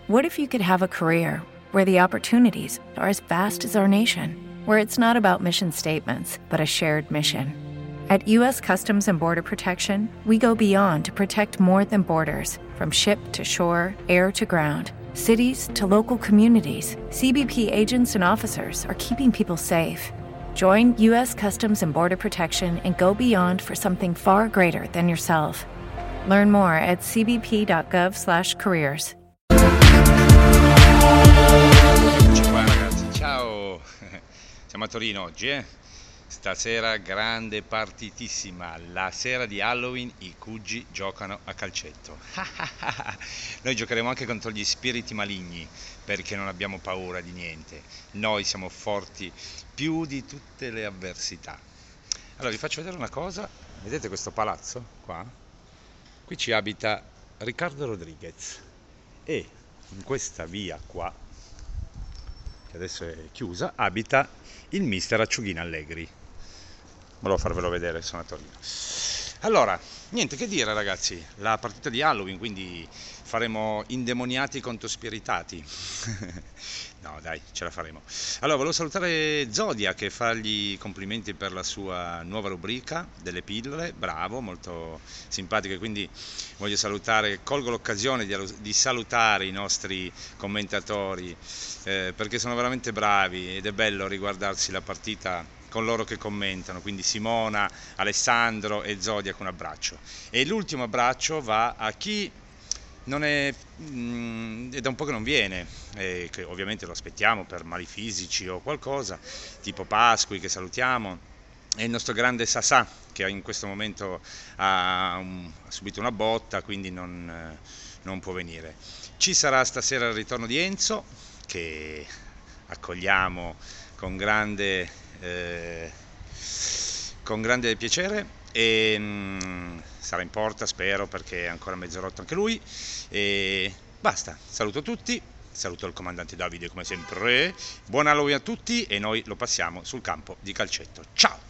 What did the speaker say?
What if you could have a career where the opportunities are as vast as our nation, where it's not about mission statements, but a shared mission? At U.S. Customs and Border Protection, we go beyond to protect more than borders. From ship to shore, air to ground, cities to local communities, CBP agents and officers are keeping people safe. Join U.S. Customs and Border Protection and go beyond for something far greater than yourself. Learn more at cbp.gov/careers. Eccoci qua ragazzi, ciao! Siamo a Torino oggi, Stasera grande partitissima, la sera di Halloween i Cuggi giocano a calcetto. Noi giocheremo anche contro gli spiriti maligni perché non abbiamo paura di niente, noi siamo forti più di tutte le avversità. Allora vi faccio vedere una cosa, vedete questo palazzo qua? Qui ci abita Riccardo Rodriguez e in questa via qua, che adesso è chiusa, abita il mister Acciughina Allegri. Volevo farvelo vedere, sono a Torino. Allora, niente che dire ragazzi, la partita di Halloween, quindi faremo indemoniati contro spiritati. No dai, ce la faremo. Allora, volevo salutare Zodiac e fargli i complimenti per la sua nuova rubrica delle pillole, bravo, molto simpatico, e quindi voglio salutare, colgo l'occasione di salutare i nostri commentatori perché sono veramente bravi ed è bello riguardarsi la partita con loro che commentano, quindi Simona, Alessandro e Zodiac, un abbraccio. E l'ultimo abbraccio va a chi non è da un po' che non viene, che ovviamente lo aspettiamo per mali fisici o qualcosa, tipo Pasqui che salutiamo, e il nostro grande Sasà che in questo momento ha subito una botta, quindi non può venire. Ci sarà stasera il ritorno di Enzo che accogliamo con grande piacere e sarà in porta, spero, perché è ancora mezz'orotto anche lui. E basta, saluto tutti, saluto il comandante Davide come sempre, buon Halloween a tutti e noi lo passiamo sul campo di calcetto. Ciao!